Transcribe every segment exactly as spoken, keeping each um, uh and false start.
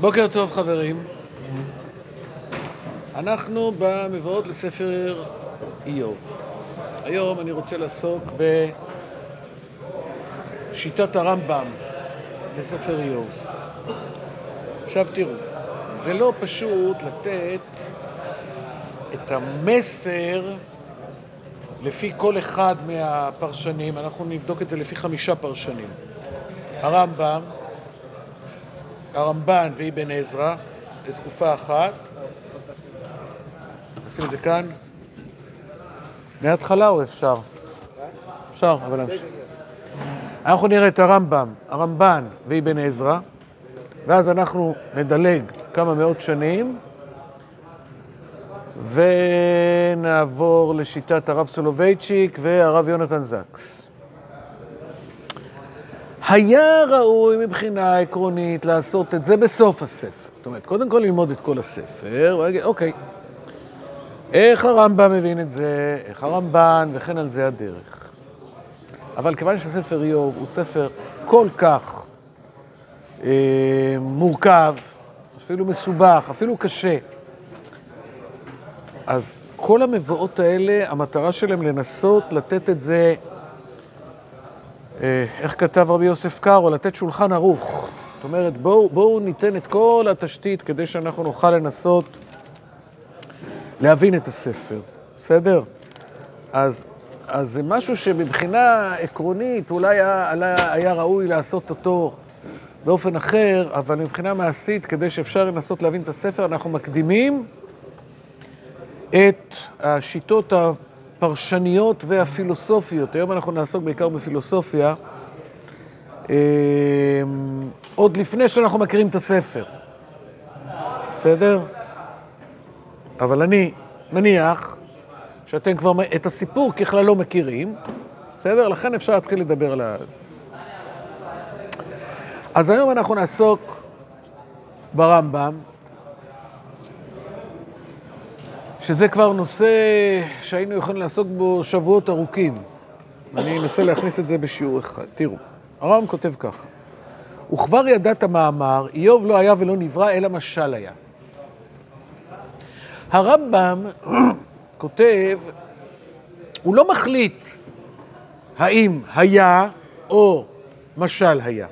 בוקר טוב חברים, אנחנו במבואות לספר איוב. היום אני רוצה לעסוק בשיטת הרמב"ם לספר איוב. עכשיו תראו, זה לא פשוט לתת את המסר לפי כל אחד מהפרשנים, אנחנו נבדוק את זה לפי חמישה פרשנים. הרמב"ם, הרמב"ן ואבן עזרא, לתקופה אחת. נשים את זה כאן. מההתחלה או אפשר? אפשר, אבל נמשיך. אנחנו נראה את הרמב"ם, הרמב"ן ואבן עזרא, ואז אנחנו נדלג כמה מאות שנים, ונעבור לשיטת הרב סולובייצ'יק והרב יונתן זקס. היה ראוי מבחינה עקרונית לעשות את זה בסוף הספר. זאת אומרת, קודם כל ללמוד את כל הספר, ולהגיד, אוקיי, איך הרמב"ם מבין את זה, איך הרמב"ן, וכן על זה הדרך. אבל כיוון שספר איוב הוא ספר כל כך אה, מורכב, אפילו מסובך, אפילו קשה, אז כל המבואות האלה, המטרה שלהם לנסות לתת את זה, איך כתב רבי יוסף קארו, לתת שולחן ערוך. זאת אומרת, בואו, בואו ניתן את כל התשתית כדי שאנחנו נוכל לנסות להבין את הספר. בסדר? אז, אז זה משהו שמבחינה עקרונית אולי היה, היה ראוי לעשות אותו באופן אחר, אבל מבחינה מעשית, כדי שאפשר לנסות להבין את הספר, אנחנו מקדימים את השיטות הפרשניות והפילוסופיות. היום אנחנו נעסוק בעיקר בפילוסופיה, עוד לפני שאנחנו מכירים את הספר. בסדר? אבל אני מניח שאתם כבר את הסיפור ככלל לא מכירים, בסדר? לכן אפשר להתחיל לדבר על זה. אז היום אנחנו נעסוק ברמב"ם, שזה כבר נושא שהיינו יכולים לעסוק בו שבועות ארוכים. אני אנסה להכניס את זה בשיעור אחד. תראו, הרמב"ם כותב ככה: וכבר ידעת מאמר, איוב לא היה ולא נברא, אלא משל היה. הרמב"ם כותב, הוא לא מחליט האם היה או משל היה.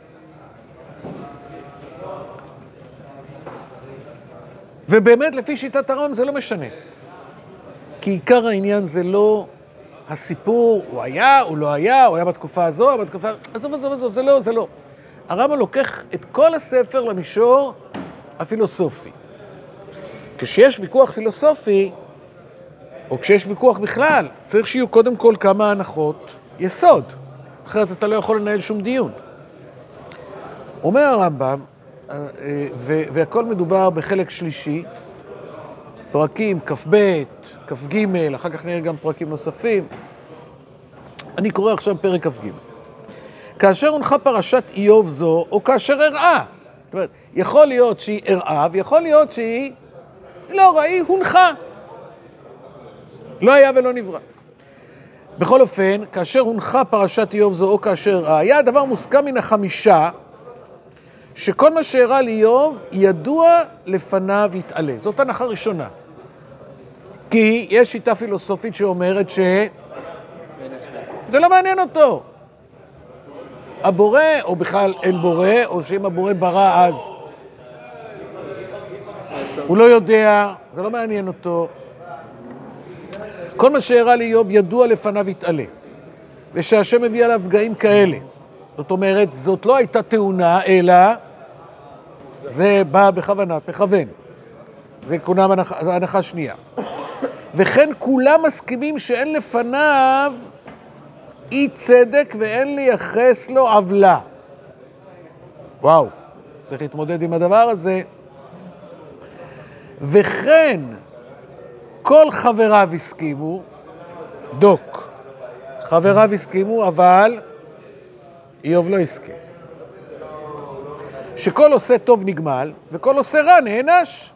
ובאמת, לפי שיטת הרמב"ם זה לא משנה. כי עיקר העניין זה לא הסיפור, הוא היה, הוא לא היה, הוא היה בתקופה הזו, הוא היה בתקופה... עזוב, עזוב, עזוב, זה לא, זה לא. הרמב"ם לוקח את כל הספר למישור הפילוסופי. כשיש ויכוח פילוסופי, או כשיש ויכוח בכלל, צריך שיהיו קודם כל כמה הנחות יסוד. אחרת אתה לא יכול לנהל שום דיון. אומר הרמב"ם, והכל מדובר בחלק שלישי, פרקים כ"ב, כ"ג, אחר כך נראה גם פרקים נוספים. אני קורא עכשיו פרק כ"ג. כאשר הונחה פרשת איוב זו, או כאשר הראה. זאת אומרת, יכול להיות שהיא הראה, ויכול להיות שהיא לא ראי, הונחה. לא היה ולא נברא. בכל אופן, כאשר הונחה פרשת איוב זו, או כאשר הראה, היה הדבר מוסכם מן החמישה, שכל מה שהראה לאיוב ידוע לפניו יתעלה. זאת הנחה ראשונה. כי יש שיטה פילוסופית שאומרת ש... זה לא מעניין אותו. הבורא, או בכלל אין בורא, או שאם הבורא ברא אז הוא לא יודע, זה לא מעניין אותו. כל מה שהראה לאיוב ידוע לפניו יתעלה. ושהשם מביא עליו פגעים כאלה. זאת אומרת, זאת לא הייתה תאונה, אלא זה בא בכוונת מכוון. זה כולם הנחה, הנחה שנייה. וכן כולם מסכימים שאין לפניו אי צדק ואין לייחס לו עוולה. וואו, צריך להתמודד עם הדבר הזה. וכן כל חבריו הסכימו, דוק, חבריו הסכימו, אבל איוב לא הסכים. שכל עושה טוב נגמל, וכל עושה רע נענש.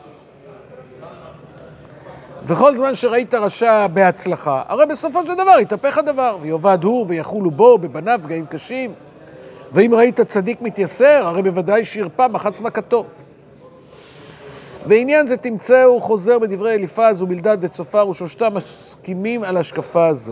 וכל זמן שראית רשע בהצלחה, הרי בסופו של דבר יתהפך הדבר, ויאבד הוא ויחולו בו בבניו פגעים קשים. ואם ראית צדיק מתייסר, הרי בוודאי שירפא מחץ מכתו. ועניין זה תמצאו חוזר בדברי אליפז ובלדד וצופר ושלושתם מסכימים על השקפה הזו.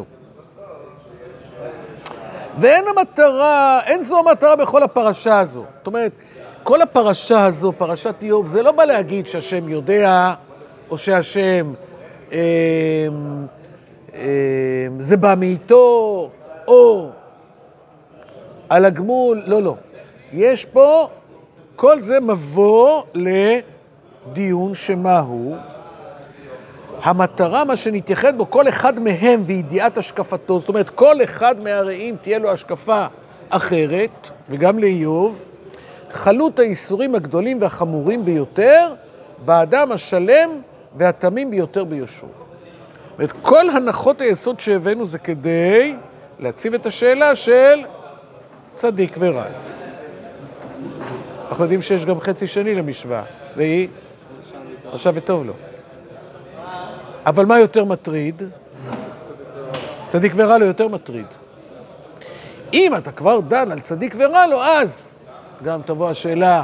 ואין המטרה, אין זו המטרה בכל הפרשה הזו. זאת אומרת, כל הפרשה הזו, פרשת איוב, זה לא בא להגיד שהשם יודע, או שהשם אה, אה, זה בא מאיתו, או על הגמול, לא, לא. יש פה, כל זה מבוא לדיון שמהו. המטרה, מה שנתייחד בו, כל אחד מהם וידיעת השקפתו, זאת אומרת, כל אחד מהרעים תהיה לו השקפה אחרת, וגם לאיוב, חלות האיסורים הגדולים והחמורים ביותר, באדם השלם והתמים ביותר ביושרו. זאת אומרת, כל הנחות היסוד שהבאנו זה כדי להציב את השאלה של צדיק ורע. אנחנו יודעים שיש גם חצי שני למשוואה, והיא רשע וטוב לו. אבל מה יותר מטריד? צדיק ורע לו יותר מטריד. אם אתה כבר דן על צדיק ורע לו, אז גם תבוא השאלה,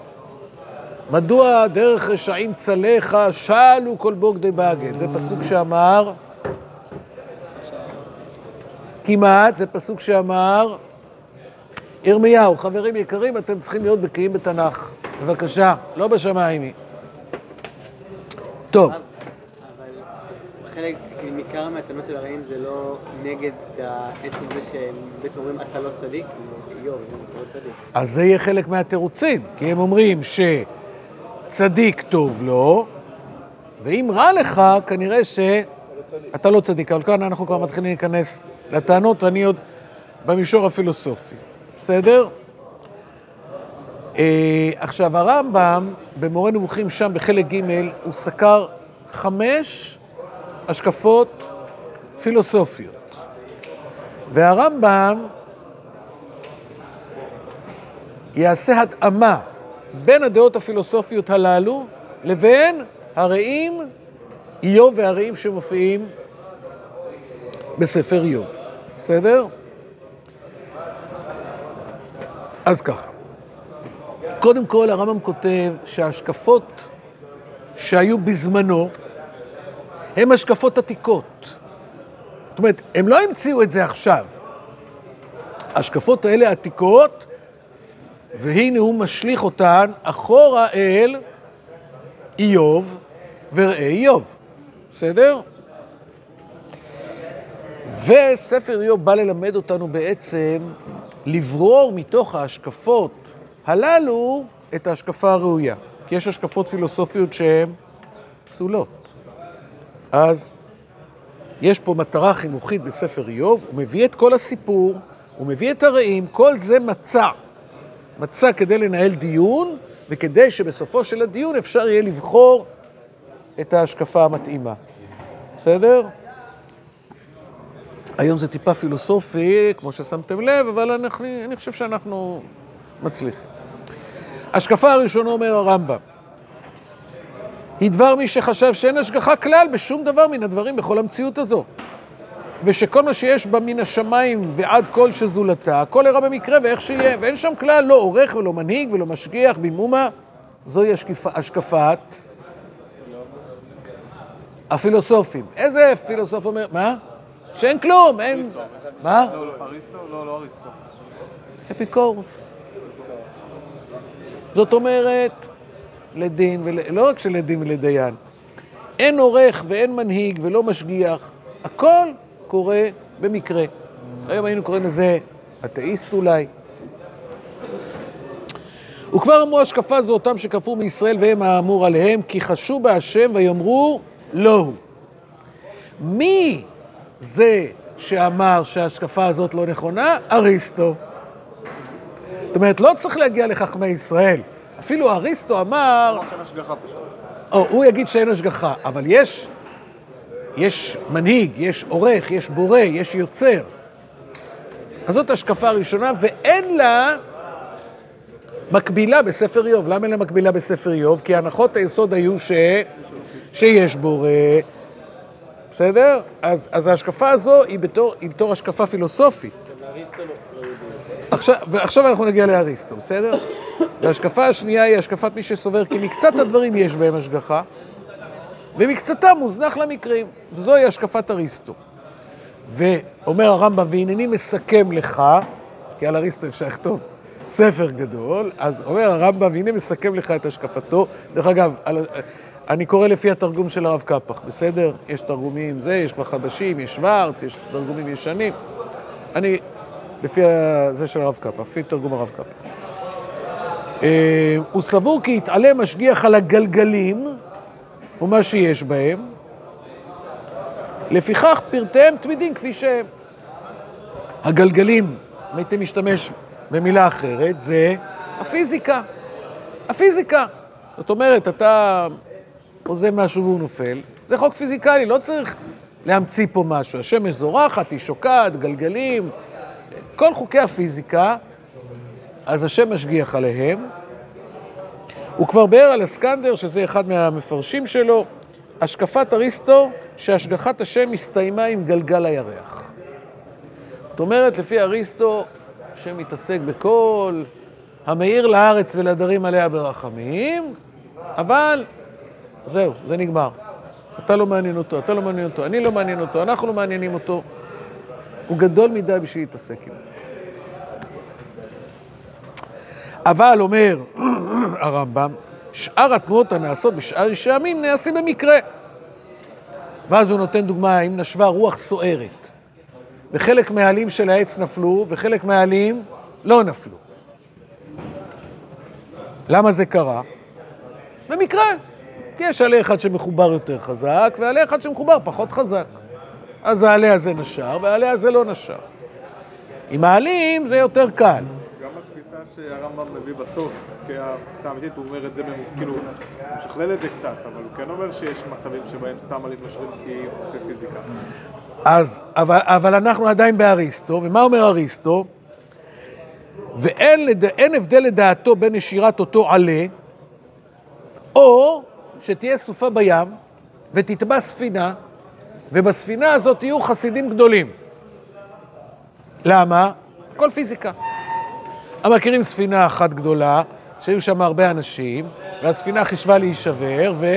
מדוע דרך רשעים צלך שאלו כל בוגדי בגד? זה פסוק שאמר, כמעט, זה פסוק שאמר, ירמיהו, חברים יקרים, אתם צריכים להיות בקיאים בתנ"ך. בבקשה, לא בשמיים. טוב. חלק ניכר מהטענות של הרעים זה לא נגד העצם זה שהם בעצם אומרים אתה לא צדיק, איוב, אתה לא צדיק. אז זה יהיה חלק מהתירוצים, כי הם אומרים שצדיק טוב לו, ואם רע לך, כנראה שאתה לא צדיק. אבל כאן אנחנו כבר מתחילים להיכנס לטענות, אני עוד במישור הפילוסופי. בסדר? עכשיו, הרמב"ם, במורה נבוכים שם בחלק ג' הוא סקר חמש השקפות פילוסופיות. והרמב"ם יעשה התאמה בין הדעות הפילוסופיות הללו לבין הרעים, איוב והרעים שמופיעים בספר איוב. בסדר? אז ככה. קודם כל הרמב"ם כותב שההשקפות שהיו בזמנו הן השקפות עתיקות. זאת אומרת, הם לא המציאו את זה עכשיו. ההשקפות האלה עתיקות, והנה הוא משליך אותן אחורה אל איוב וראה איוב. בסדר? וספר איוב בא ללמד אותנו בעצם לברור מתוך ההשקפות הללו את ההשקפה הראויה. כי יש השקפות פילוסופיות שהן פסולות. אז יש פה מטרה חינוכית בספר איוב, הוא מביא את כל הסיפור, הוא מביא את הרעים, כל זה מצא. מצא כדי לנהל דיון, וכדי שבסופו של הדיון אפשר יהיה לבחור את ההשקפה המתאימה. בסדר? היום זה טיפה פילוסופי, כמו ששמתם לב, אבל אני, אני חושב שאנחנו מצליחים. השקפה הראשונה אומר הרמב"ם, היא דבר מי שחשב שאין השגחה כלל בשום דבר מן הדברים בכל המציאות הזו. ושכל מה שיש בה מן השמיים ועד כל שזולתה, הכל אירע במקרה ואיך שיהיה, ואין שם כלל לא עורך ולא מנהיג ולא משגיח במומה. זוהי השקפה, השקפת הפילוסופים. איזה פילוסוף אומר? מה? שאין כלום, אין... מה? לא, לא אריסטו? לא, לא אריסטו. אפיקורוס. זאת אומרת, לדין, ול... לא רק שלדין ולדיין, אין עורך ואין מנהיג ולא משגיח, הכל קורה במקרה. היום היינו קוראים לזה אתאיסט אולי. וכבר אמרו השקפה זו אותם שכפרו מישראל והם האמור עליהם, כי חשו בהשם ויאמרו לא הוא. מי זה שאמר שההשקפה הזאת לא נכונה? אריסטו. זאת אומרת, לא צריך להגיע לחכמי ישראל. אפילו אריסטו אמר... לא, שאין השגחה פשוט. או, הוא יגיד שאין השגחה, אבל יש, יש מנהיג, יש עורך, יש בורא, יש יוצר. אז זאת השקפה הראשונה, ואין לה מקבילה בספר איוב. למה אין לה מקבילה בספר איוב? כי הנחות היסוד היו ש... שיש בורא, בסדר? אז, אז ההשקפה הזו היא בתור, היא בתור השקפה פילוסופית. עכשיו, ועכשיו אנחנו נגיע לאריסטו, בסדר? וההשקפה השנייה היא השקפת מי שסובר כי מקצת הדברים יש בהם השגחה, ומקצתם מוזנח למקרים, וזוהי השקפת אריסטו. ואומר הרמב"ם, והנני מסכם לך, כי על אריסטו אפשר לכתוב ספר גדול, אז אומר הרמב"ם, והנה מסכם לך את השקפתו. דרך אגב, על, אני קורא לפי התרגום של הרב קפח, בסדר? יש תרגומים זה, יש כבר חדשים, יש שוורץ, יש תרגומים ישנים. אני, לפי זה של הרב קפח, לפי תרגום הרב קפח. הוא סבור כי יתעלה משגיח על הגלגלים, ומה שיש בהם, לפיכך פרטיהם תמידים כפי שהם. הגלגלים, אם הייתי משתמש במילה אחרת, זה הפיזיקה. הפיזיקה. זאת אומרת, אתה עוזב משהו והוא נופל, זה חוק פיזיקלי, לא צריך להמציא פה משהו. השמש זורחת, היא שוקעת, גלגלים, כל חוקי הפיזיקה, אז השם משגיח עליהם. הוא כבר באר על הסקנדר, שזה אחד מהמפרשים שלו, השקפת אריסטו, שהשגחת השם מסתיימה עם גלגל הירח. זאת אומרת, לפי אריסטו, השם מתעסק בכל המאיר לארץ ולדרים עליה ברחמים, אבל זהו, זה נגמר. אתה לא מעניין אותו, אתה לא מעניין אותו, אני לא מעניין אותו, אנחנו לא מעניינים אותו. הוא גדול מדי בשביל להתעסק עם. אבל אומר הרמב"ם, שאר התנועות הנעשות בשאר אישי המין נעשים במקרה. ואז הוא נותן דוגמה, אם נשבה רוח סוערת, וחלק מהעלים של העץ נפלו, וחלק מהעלים לא נפלו. למה זה קרה? במקרה. כי יש עלה אחד שמחובר יותר חזק, ועלה אחד שמחובר פחות חזק. אז העלה הזה נשר, והעלה הזה לא נשר. עם העלים זה יותר קל. גם התפיסה שהרמב"ם מביא בסוף, כהתפיסה האמיתית, הוא אומר את זה, כאילו, הוא משכלל את זה קצת, אבל הוא כן אומר שיש מצבים שבהם סתם עלים נשרים כי פיזיקה. אז, אבל, אבל אנחנו עדיין באריסטו, ומה אומר אריסטו? ואין לד... אין הבדל לדעתו בין נשירת אותו עלה, או שתהיה סופה בים, ותטבע ספינה, ובספינה הזאת יהיו חסידים גדולים. למה? הכל פיזיקה. מכירים ספינה אחת גדולה, שהיו שם הרבה אנשים, והספינה חישבה להישבר, ו...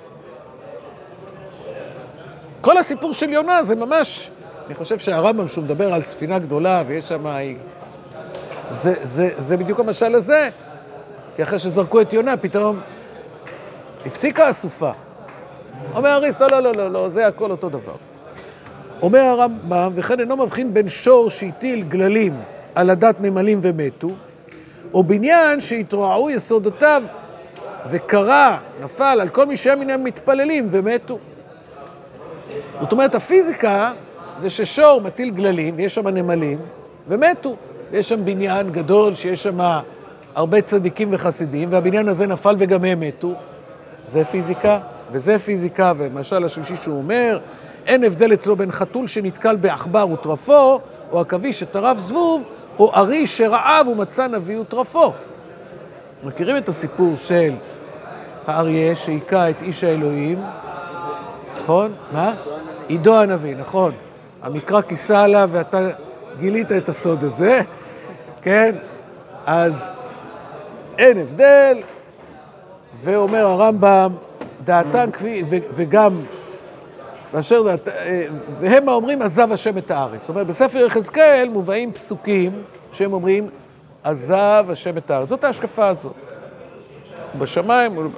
כל הסיפור של יונה זה ממש, אני חושב שהרמב"ם שהוא מדבר על ספינה גדולה, ויש שם... זה, זה, זה בדיוק המשל הזה, כי אחרי שזרקו את יונה, פתאום הפסיקה הסופה. אומר אריסטו, לא, לא, לא, לא, זה הכל אותו דבר. אומר הרמב"ם, וכן אינו מבחין בין שור שהטיל גללים על עדת נמלים ומתו, או בניין שהתרועעו יסודותיו וקרא, נפל על כל מי שהם מינם מתפללים ומתו. זאת אומרת, הפיזיקה זה ששור מטיל גללים, ויש שם נמלים, ומתו. ויש שם בניין גדול שיש שם הרבה צדיקים וחסידים, והבניין הזה נפל וגם הם מתו. זה פיזיקה, וזה פיזיקה, ומשל השלישי שהוא אומר, אין הבדל אצלו בין חתול שנתקל בעכבר וטרפו, או עכביש שטרף זבוב, או ארי שרעב ומצא נביא וטרפו. מכירים את הסיפור של האריה שהיכה את איש האלוהים? נכון? מה? עידו הנביא, נכון. המקרא כיסה עליו ואתה גילית את הסוד הזה, כן? אז אין הבדל, ואומר הרמב"ם, דעתן כפי, וגם, ואשר דעת, והם אומרים, עזב השם את הארץ. זאת אומרת, בספר יחזקאל מובאים פסוקים שהם אומרים, עזב השם את הארץ. זאת ההשקפה הזאת. בשמיים...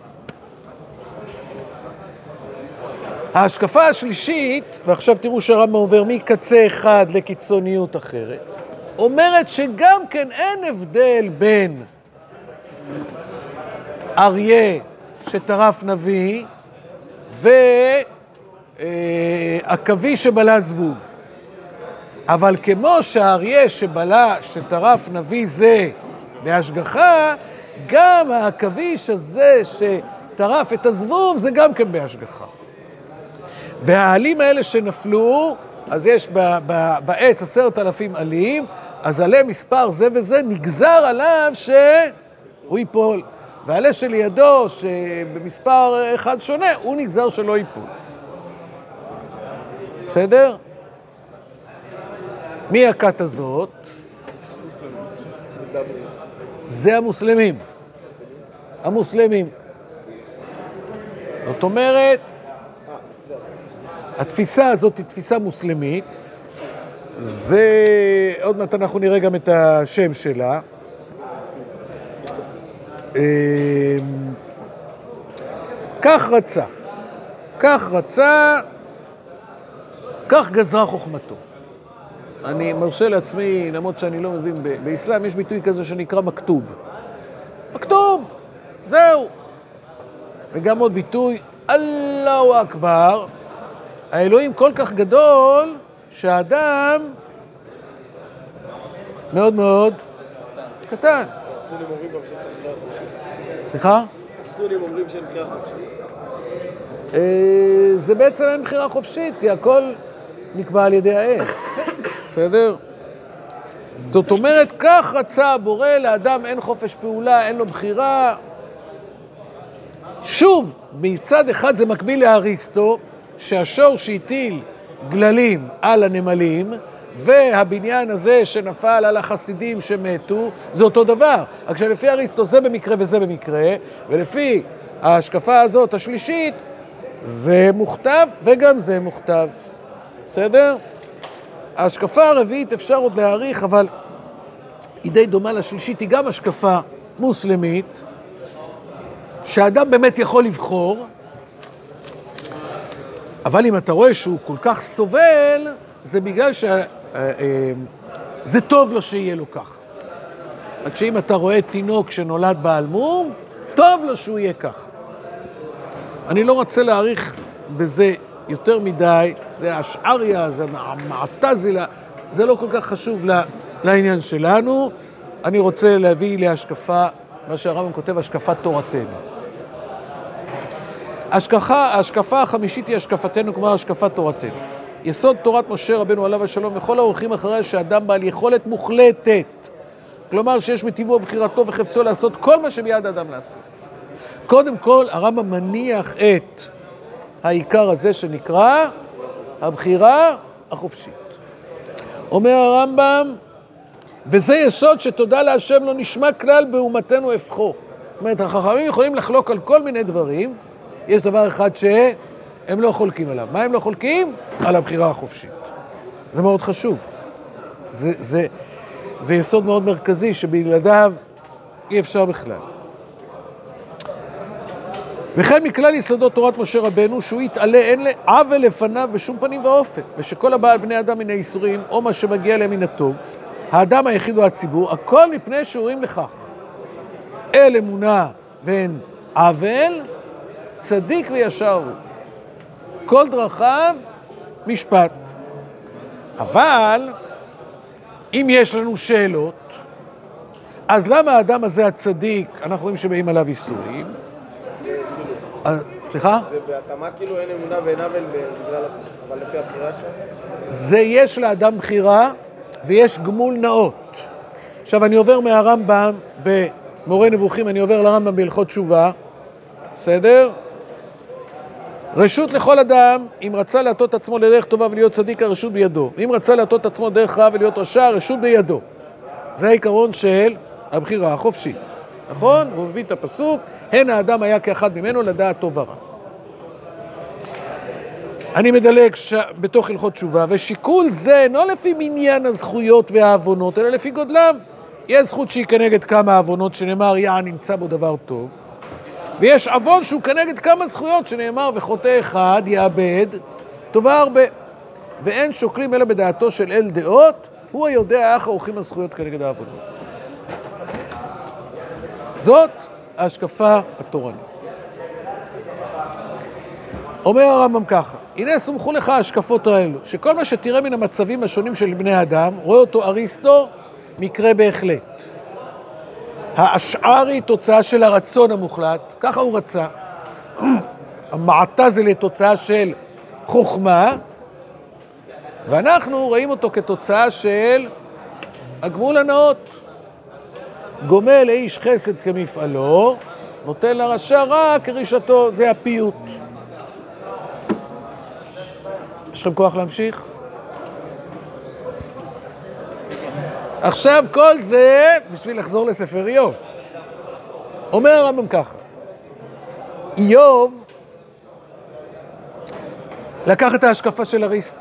ההשקפה השלישית, ועכשיו תראו שהרמב"ם עובר מקצה אחד לקיצוניות אחרת, אומרת שגם כן אין הבדל בין אריה שטרף נביא ועכביש שבלע זבוב. אבל כמו שהאריה שבלע, שטרף נביא זה בהשגחה, גם העכביש הזה שטרף את הזבוב זה גם כן בהשגחה. והעלים האלה שנפלו, אז יש ב- ב- בעץ עשרת אלפים עלים, אז עלה מספר זה וזה נגזר עליו שהוא ייפול. והעלה שלידו, שבמספר אחד שונה, הוא נגזר שלא ייפול. בסדר? מי הכת הזאת? זה המוסלמים. המוסלמים. זאת אומרת, התפיסה הזאת היא תפיסה מוסלמית. זה, עוד מעט אנחנו נראה גם את השם שלה. כך רצה. כך רצה, כך גזרה חוכמתו. אני מרשה לעצמי, למרות שאני לא מבין, באסלאם יש ביטוי כזה שנקרא מכתוב. מכתוב, זהו. וגם עוד ביטוי, אללהו אכבר, האלוהים כל כך גדול, שהאדם מאוד מאוד קטן. הסונים אומרים גם שהם בחירה חופשית. סליחה? הסונים אומרים שהם בחירה חופשית. זה בעצם אין בחירה חופשית, כי הכל נקבע על ידי האל. בסדר? זאת אומרת, כך רצה הבורא, לאדם אין חופש פעולה, אין לו בחירה. שוב, מצד אחד זה מקביל לאריסטו, שהשור שהטיל גללים על הנמלים, והבניין הזה שנפל על החסידים שמתו, זה אותו דבר. רק שלפי אריסטו זה במקרה וזה במקרה, ולפי ההשקפה הזאת השלישית, זה מוכתב וגם זה מוכתב. בסדר? ההשקפה הרביעית אפשר עוד להעריך, אבל היא די דומה לשלישית, היא גם השקפה מוסלמית, שהאדם באמת יכול לבחור, אבל אם אתה רואה שהוא כל כך סובל, זה בגלל שזה טוב לו שיהיה לו כך. רק שאם אתה רואה תינוק שנולד בעלמום, טוב לו שהוא יהיה כך. אני לא רוצה להעריך בזה יותר מדי, זה השעריה, זה מעטזילה, זה לא כל כך חשוב לעניין שלנו. אני רוצה להביא להשקפה, מה שהרמב"ם כותב, השקפת תורתנו. השקפה, ההשקפה החמישית היא השקפתנו, כמו השקפת תורתנו. יסוד תורת משה רבנו עליו השלום, וכל ההולכים אחריה שאדם בעל יכולת מוחלטת. כלומר שיש מטבעו ובחירתו וחפצו לעשות כל מה שביד האדם לעשות. קודם כל, הרמב"ם מניח את העיקר הזה שנקרא הבחירה החופשית. אומר הרמב"ם, וזה יסוד שתודה להשם לא נשמע כלל באומתנו הפכו. זאת אומרת, החכמים יכולים לחלוק על כל מיני דברים, יש דבר אחד שהם לא חולקים עליו. מה הם לא חולקים? על הבחירה החופשית. זה מאוד חשוב. זה, זה, זה יסוד מאוד מרכזי שבלעדיו אי אפשר בכלל. וכן מכלל יסודות תורת משה רבנו, שהוא יתעלה אין לעוול לפניו בשום פנים ואופן, ושכל הבעל בני אדם מן האיסורים, או מה שמגיע להם מן הטוב, האדם היחיד הוא הציבור, הכל מפני שיעורים לכך. אל אמונה ואין עוול, צדיק וישר הוא. כל דרכיו משפט. אבל אם יש לנו שאלות, אז למה האדם הזה הצדיק, אנחנו רואים שבאים עליו איסורים? סליחה? זה בהתאמה כאילו אין אמונה ואין עוול בגלל, אבל לפי הבחירה שלו? זה יש לאדם בחירה ויש גמול נאות. עכשיו אני עובר מהרמב"ם במורה נבוכים, אני עובר לרמב"ם בהלכות תשובה. בסדר? רשות לכל אדם, אם רצה להטות עצמו לדרך טובה ולהיות צדיק, הרשות בידו. אם רצה להטות עצמו דרך רע ולהיות רשע, הרשות בידו. זה העיקרון של הבחירה החופשית. נכון? הוא מביא את הפסוק, הן האדם היה כאחד ממנו לדעת טוב ורע. אני מדלג ש... בתוך הלכות תשובה, ושיקול זה אינו לפי מניין הזכויות והעוונות, אלא לפי גודלם. יש זכות שהיא כנגד כמה עוונות שנאמר, יא נמצא בו דבר טוב, ויש עוון שהוא כנגד כמה זכויות שנאמר, וחוטא אחד יאבד טובה הרבה. ואין שוקלים אלא בדעתו של אל דעות, הוא היודע איך עורכים הזכויות כנגד העוונות. זאת ההשקפה התורנית. אומר הרמב"ם ככה, הנה סומכו לך ההשקפות האלו, שכל מה שתראה מן המצבים השונים של בני האדם, רואה אותו אריסטו, מקרה בהחלט. האשערי תוצאה של הרצון המוחלט, ככה הוא רצה. המעטה זה לתוצאה של חוכמה, ואנחנו רואים אותו כתוצאה של הגמול הנאות. גומל לאיש חסד כמפעלו, נותן לרשע רע כרישתו, זה הפיוט. יש לכם כוח להמשיך? עכשיו כל זה בשביל לחזור לספר איוב. אומר הרמב"ם ככה, איוב לקח את ההשקפה של אריסטו.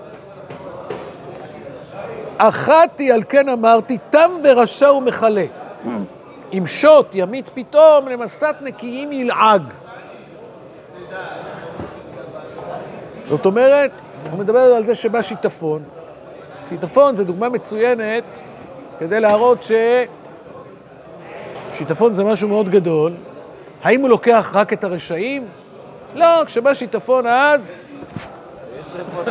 אחתי על כן אמרתי, תם ורשע ומחלה. אם שוט ימית פתאום, למסת נקיים ילעג. זאת אומרת, הוא מדבר על זה שבא שיטפון. שיטפון זה דוגמה מצוינת כדי להראות ששיטפון זה משהו מאוד גדול. האם הוא לוקח רק את הרשעים? לא, כשבא שיטפון אז... יש שריפות.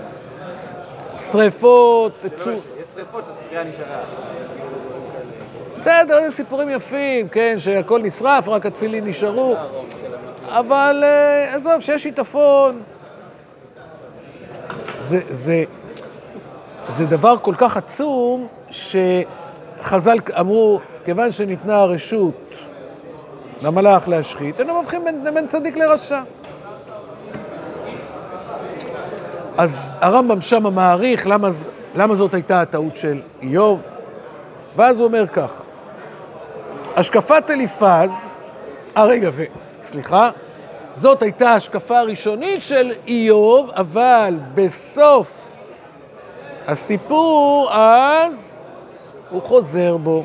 שריפות, צור... יש שריפות שהספרייה נשארה. בסדר, זה סיפורים יפים, כן, שהכל נשרף, רק התפילין נשארו. אבל עזוב, שיש שיטפון, זה, זה, זה דבר כל כך עצום, שחז"ל אמרו, כיוון שניתנה הרשות למלאך להשחית, אינו מבחין בין, בין צדיק לרשע. אז הרמב"ם שם מעריך למה, למה זאת הייתה הטעות של איוב, ואז הוא אומר ככה, השקפת אליפז, הרגע ו... סליחה, זאת הייתה ההשקפה הראשונית של איוב, אבל בסוף הסיפור אז הוא חוזר בו.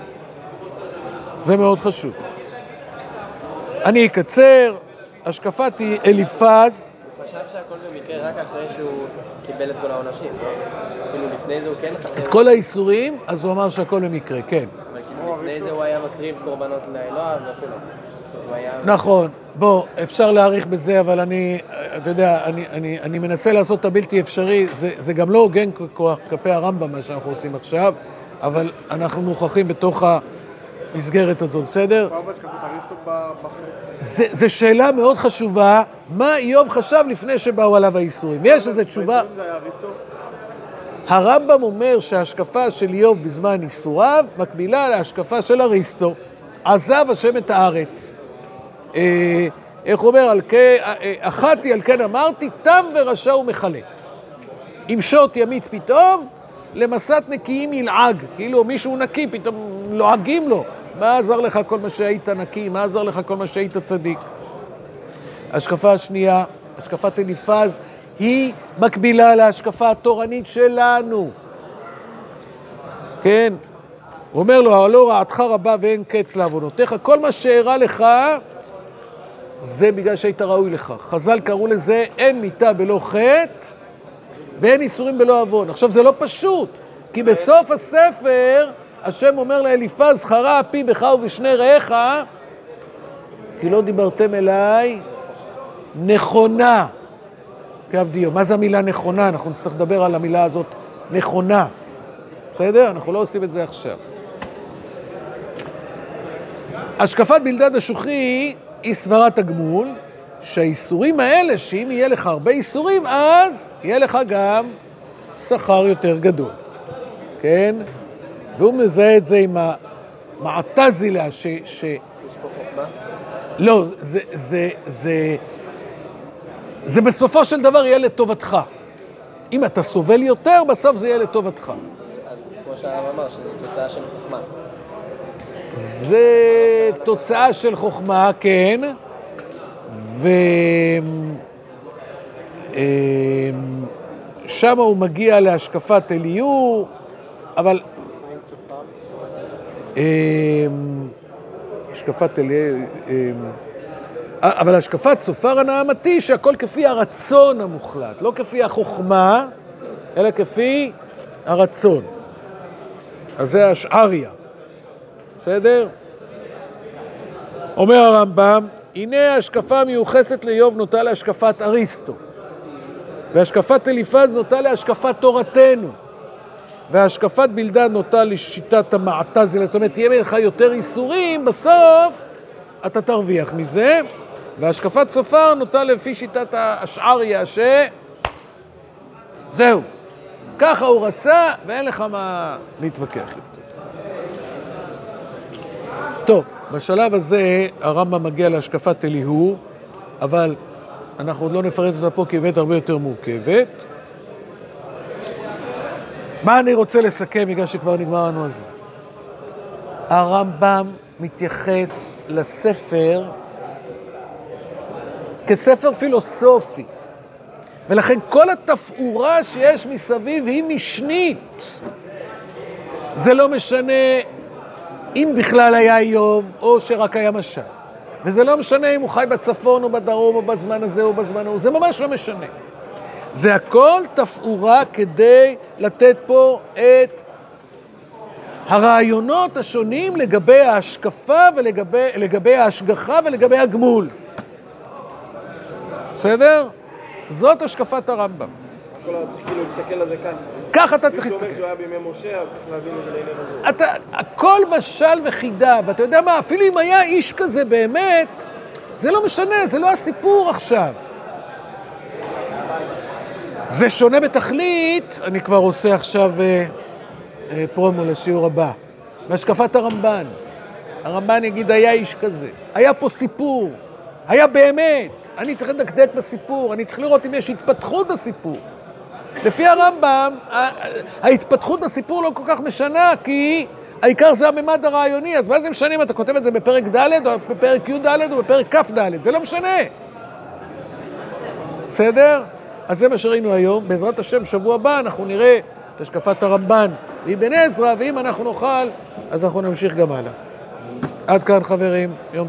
זה מאוד חשוב. אני אקצר, השקפת אליפז, הוא חשב שהכל במקרה רק אחרי שהוא קיבל את כל העונשים, לא? כאילו לפני זה הוא כן חשב... את כל האיסורים, אז הוא אמר שהכל במקרה, כן. אבל כאילו לפני זה הוא היה מקריב קורבנות לאלוהיו וכולו. הוא היה... נכון, בוא, אפשר להעריך בזה, אבל אני, אתה יודע, אני, אני, אני מנסה לעשות את הבלתי אפשרי, זה, זה גם לא הוגן כוח כלפי הרמב"ם מה שאנחנו עושים עכשיו, אבל אנחנו מוכרחים בתוך המסגרת הזאת, בסדר? כבר בהשקפת אריסטו בחלק. זה, זה שאלה מאוד חשובה, מה איוב חשב לפני שבאו עליו האיסורים? יש איזו תשובה? באיסורים זה היה אריסטו? הרמב"ם אומר שההשקפה של איוב בזמן איסוריו מקבילה להשקפה של אריסטו. עזב השם את הארץ. אה, איך הוא אומר? על כ... אחתי על כן אמרתי, תם ורשע ומחלה. אם שוט ימית פתאום, למסת נקיים ילעג. כאילו מישהו נקי, פתאום לועגים לו. מה עזר לך כל מה שהיית נקי? מה עזר לך כל מה שהיית צדיק? השקפה השנייה, השקפת אליפז, היא מקבילה להשקפה התורנית שלנו. כן? הוא אומר לו, הלא רעתך רבה ואין קץ לעוונותיך, כל מה שהראה לך, זה בגלל שהיית ראוי לך. חז"ל קראו לזה, אין מיתה בלא חטא, ואין איסורים בלא עוון. עכשיו, זה לא פשוט, כי בסוף הספר, השם אומר לאליפז, חרה אפי בך ובשני רעיך, כי לא דיברתם אליי נכונה. כעבדיו. מה זה המילה נכונה? אנחנו נצטרך לדבר על המילה הזאת נכונה. בסדר? אנחנו לא עושים את זה עכשיו. השקפת בלדד השוחי היא סברת הגמול, שהאיסורים האלה, שאם יהיה לך הרבה איסורים, אז יהיה לך גם שכר יותר גדול. כן? והוא מזהה את זה עם המעטזילה ש... ש... יש פה חוכמה? לא, זה, זה, זה, זה בסופו של דבר יהיה לטובתך. אם אתה סובל יותר, בסוף זה יהיה לטובתך. אז כמו שהרב אמר, שזו תוצאה של חוכמה. זה תוצאה של חוכמה, כן. ושם הוא מגיע להשקפת אליהו, אבל... השקפת אליהו... אבל השקפת צופר הנעמתי שהכל כפי הרצון המוחלט, לא כפי החוכמה, אלא כפי הרצון. אז זה השעריה. בסדר? אומר הרמב"ם, הנה ההשקפה המיוחסת לאיוב נוטה להשקפת אריסטו, והשקפת אליפז נוטה להשקפת תורתנו, והשקפת בלדד נוטה לשיטת המעטזילה, זאת אומרת, תהיה לך יותר איסורים, בסוף אתה תרוויח מזה, והשקפת צופר נוטה לפי שיטת השעריה, ש... זהו, ככה הוא רצה, ואין לך מה להתווכח יותר. טוב, בשלב הזה הרמב"ם מגיע להשקפת אליהו, אבל אנחנו עוד לא נפרט אותה פה כי היא באמת הרבה יותר מורכבת. מה אני רוצה לסכם בגלל שכבר נגמר לנו הזמן? הרמב"ם מתייחס לספר כספר פילוסופי, ולכן כל התפאורה שיש מסביב היא משנית. זה לא משנה אם בכלל היה איוב או שרק היה משל, וזה לא משנה אם הוא חי בצפון או בדרום או בזמן הזה או בזמן ההוא, זה ממש לא משנה. זה הכל תפאורה כדי לתת פה את הרעיונות השונים לגבי ההשקפה ולגבי לגבי ההשגחה ולגבי הגמול. בסדר? זאת השקפת הרמב"ם. כל הזמן צריך כאילו להסתכל על זה כאן. ככה אתה צריך מי שאומר להסתכל. שהוא היה בימי משה, אז צריך להבין את זה לעניין הזה. אתה, הכל משל וחידה, ואתה יודע מה, אפילו אם היה איש כזה באמת, זה לא משנה, זה לא הסיפור עכשיו. זה שונה בתכלית, אני כבר עושה עכשיו אה, אה, פרומו לשיעור הבא, בהשקפת הרמב"ן. הרמב"ן יגיד, היה איש כזה, היה פה סיפור, היה באמת, אני צריך לדקדק בסיפור, אני צריך לראות אם יש התפתחות בסיפור. לפי הרמב"ם, ההתפתחות בסיפור לא כל כך משנה, כי העיקר זה הממד הרעיוני, אז מה זה משנה אם אתה כותב את זה בפרק ד' או בפרק י' ד' או בפרק כ' ד', זה לא משנה. בסדר? אז זה מה שראינו היום. בעזרת השם, שבוע הבא אנחנו נראה את השקפת הרמב"ן ואבן עזרא, ואם אנחנו נוכל, אז אנחנו נמשיך גם הלאה. עד כאן חברים, יום